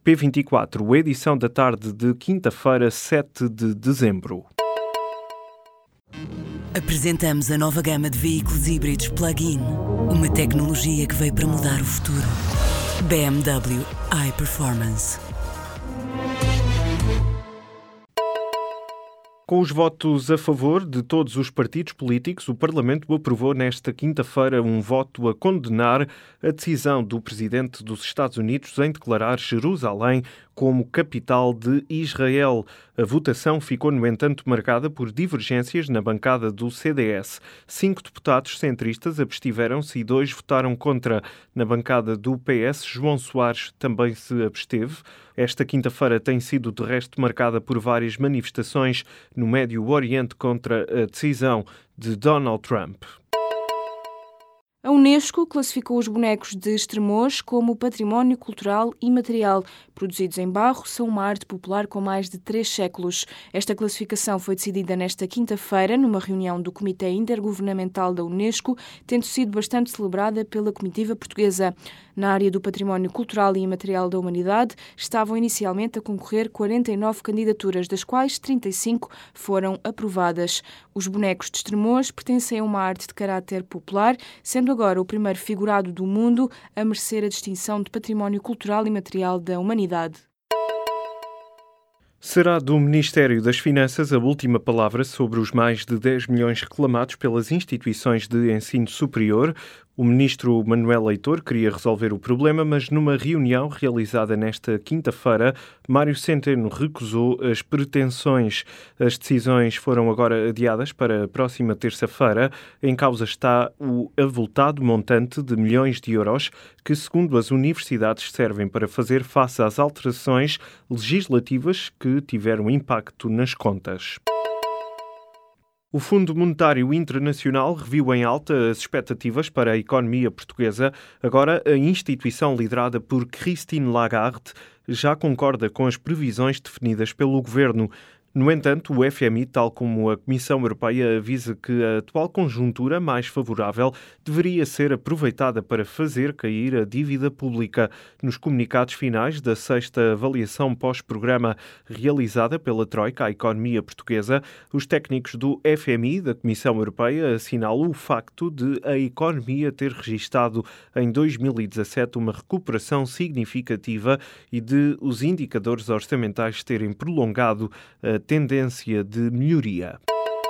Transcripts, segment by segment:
P24, edição da tarde de quinta-feira, 7 de dezembro. Apresentamos a nova gama de veículos híbridos plug-in. Uma tecnologia que veio para mudar o futuro. BMW iPerformance. Com os votos a favor de todos os partidos políticos, o Parlamento aprovou nesta quinta-feira um voto a condenar a decisão do presidente dos Estados Unidos em declarar Jerusalém como capital de Israel. A votação ficou, no entanto, marcada por divergências na bancada do CDS. 5 deputados centristas abstiveram-se e 2 votaram contra. Na bancada do PS, João Soares também se absteve. Esta quinta-feira tem sido, de resto, marcada por várias manifestações no Médio Oriente contra a decisão de Donald Trump. A Unesco classificou os bonecos de Estremoz como património cultural imaterial. Produzidos em barro, são uma arte popular com mais de 3 séculos. Esta classificação foi decidida nesta quinta-feira, numa reunião do Comitê Intergovernamental da Unesco, tendo sido bastante celebrada pela comitiva portuguesa. Na área do património cultural e imaterial da humanidade, estavam inicialmente a concorrer 49 candidaturas, das quais 35 foram aprovadas. Os bonecos de Estremoz pertencem a uma arte de caráter popular, sendo agora o primeiro figurado do mundo a merecer a distinção de património cultural e imaterial da humanidade. Será do Ministério das Finanças a última palavra sobre os mais de 10 milhões reclamados pelas instituições de ensino superior. O ministro Manuel Leitor queria resolver o problema, mas numa reunião realizada nesta quinta-feira, Mário Centeno recusou as pretensões. As decisões foram agora adiadas para a próxima terça-feira. Em causa está o avultado montante de milhões de euros que, segundo as universidades, servem para fazer face às alterações legislativas que tiveram impacto nas contas. O Fundo Monetário Internacional reviu em alta as expectativas para a economia portuguesa. Agora, a instituição liderada por Christine Lagarde já concorda com as previsões definidas pelo governo. No entanto, o FMI, tal como a Comissão Europeia, avisa que a atual conjuntura mais favorável deveria ser aproveitada para fazer cair a dívida pública. Nos comunicados finais da 6ª avaliação pós-programa realizada pela Troika à economia portuguesa, os técnicos do FMI e da Comissão Europeia assinalam o facto de a economia ter registado em 2017 uma recuperação significativa e de os indicadores orçamentais terem prolongado a tendência de melhoria.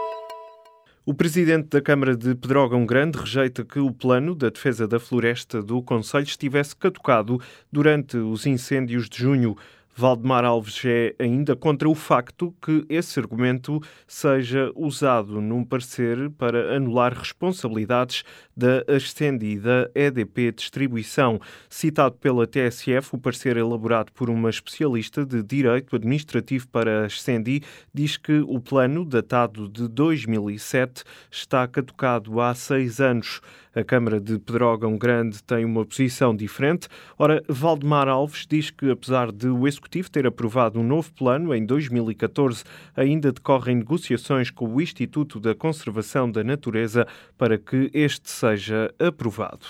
O presidente da Câmara de Pedrógão Grande rejeita que o plano da defesa da floresta do concelho estivesse caducado durante os incêndios de junho. Valdemar Alves é ainda contra o facto que esse argumento seja usado num parecer para anular responsabilidades da Ascendi e da EDP Distribuição. Citado pela TSF, o parecer elaborado por uma especialista de Direito Administrativo para a Ascendi diz que o plano, datado de 2007, está caducado há 6 anos. A Câmara de Pedrógão Grande tem uma posição diferente. Ora, Valdemar Alves diz que, apesar de o Executivo ter aprovado um novo plano em 2014, ainda decorrem negociações com o Instituto da Conservação da Natureza para que este seja aprovado.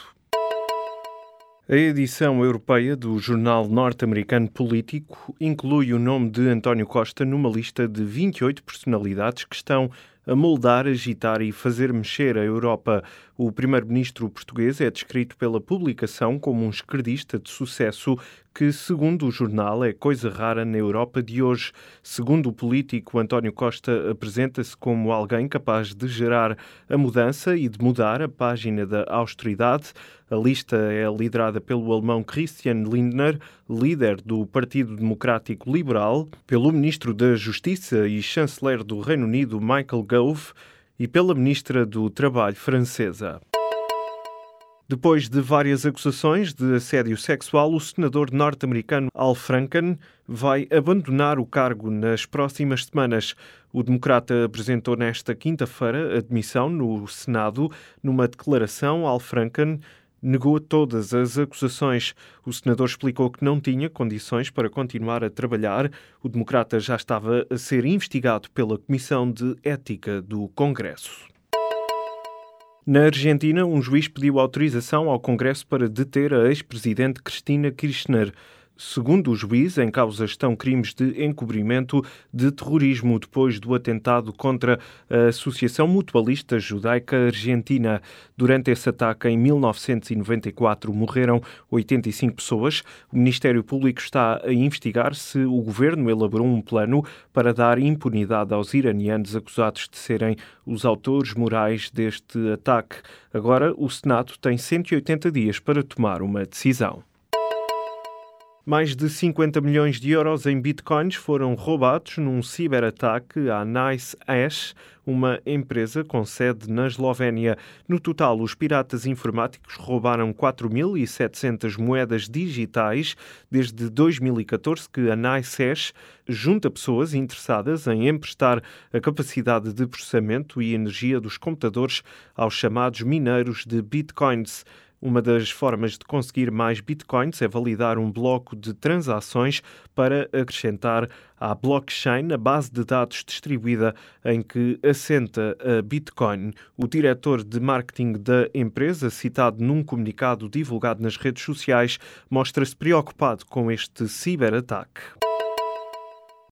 A edição europeia do jornal norte-americano Político inclui o nome de António Costa numa lista de 28 personalidades que estão a moldar, agitar e fazer mexer a Europa. O primeiro-ministro português é descrito pela publicação como um esquerdista de sucesso que, segundo o jornal, é coisa rara na Europa de hoje. Segundo o Político, António Costa apresenta-se como alguém capaz de gerar a mudança e de mudar a página da austeridade. A lista é liderada pelo alemão Christian Lindner, líder do Partido Democrático Liberal, pelo ministro da Justiça e chanceler do Reino Unido, Michael Gove, e pela ministra do Trabalho francesa. Depois de várias acusações de assédio sexual, o senador norte-americano Al Franken vai abandonar o cargo nas próximas semanas. O democrata apresentou nesta quinta-feira a demissão no Senado. Numa declaração, Al Franken negou todas as acusações. O senador explicou que não tinha condições para continuar a trabalhar. O democrata já estava a ser investigado pela Comissão de Ética do Congresso. Na Argentina, um juiz pediu autorização ao Congresso para deter a ex-presidente Cristina Kirchner. Segundo o juiz, em causa estão crimes de encobrimento de terrorismo depois do atentado contra a Associação Mutualista Judaica Argentina. Durante esse ataque, em 1994, morreram 85 pessoas. O Ministério Público está a investigar se o governo elaborou um plano para dar impunidade aos iranianos acusados de serem os autores morais deste ataque. Agora, o Senado tem 180 dias para tomar uma decisão. Mais de 50 milhões de euros em bitcoins foram roubados num ciberataque à NiceHash, uma empresa com sede na Eslovénia. No total, os piratas informáticos roubaram 4.700 moedas digitais desde 2014, que a NiceHash junta pessoas interessadas em emprestar a capacidade de processamento e energia dos computadores aos chamados mineiros de bitcoins. Uma das formas de conseguir mais bitcoins é validar um bloco de transações para acrescentar à blockchain, a base de dados distribuída em que assenta a Bitcoin. O diretor de marketing da empresa, citado num comunicado divulgado nas redes sociais, mostra-se preocupado com este ciberataque.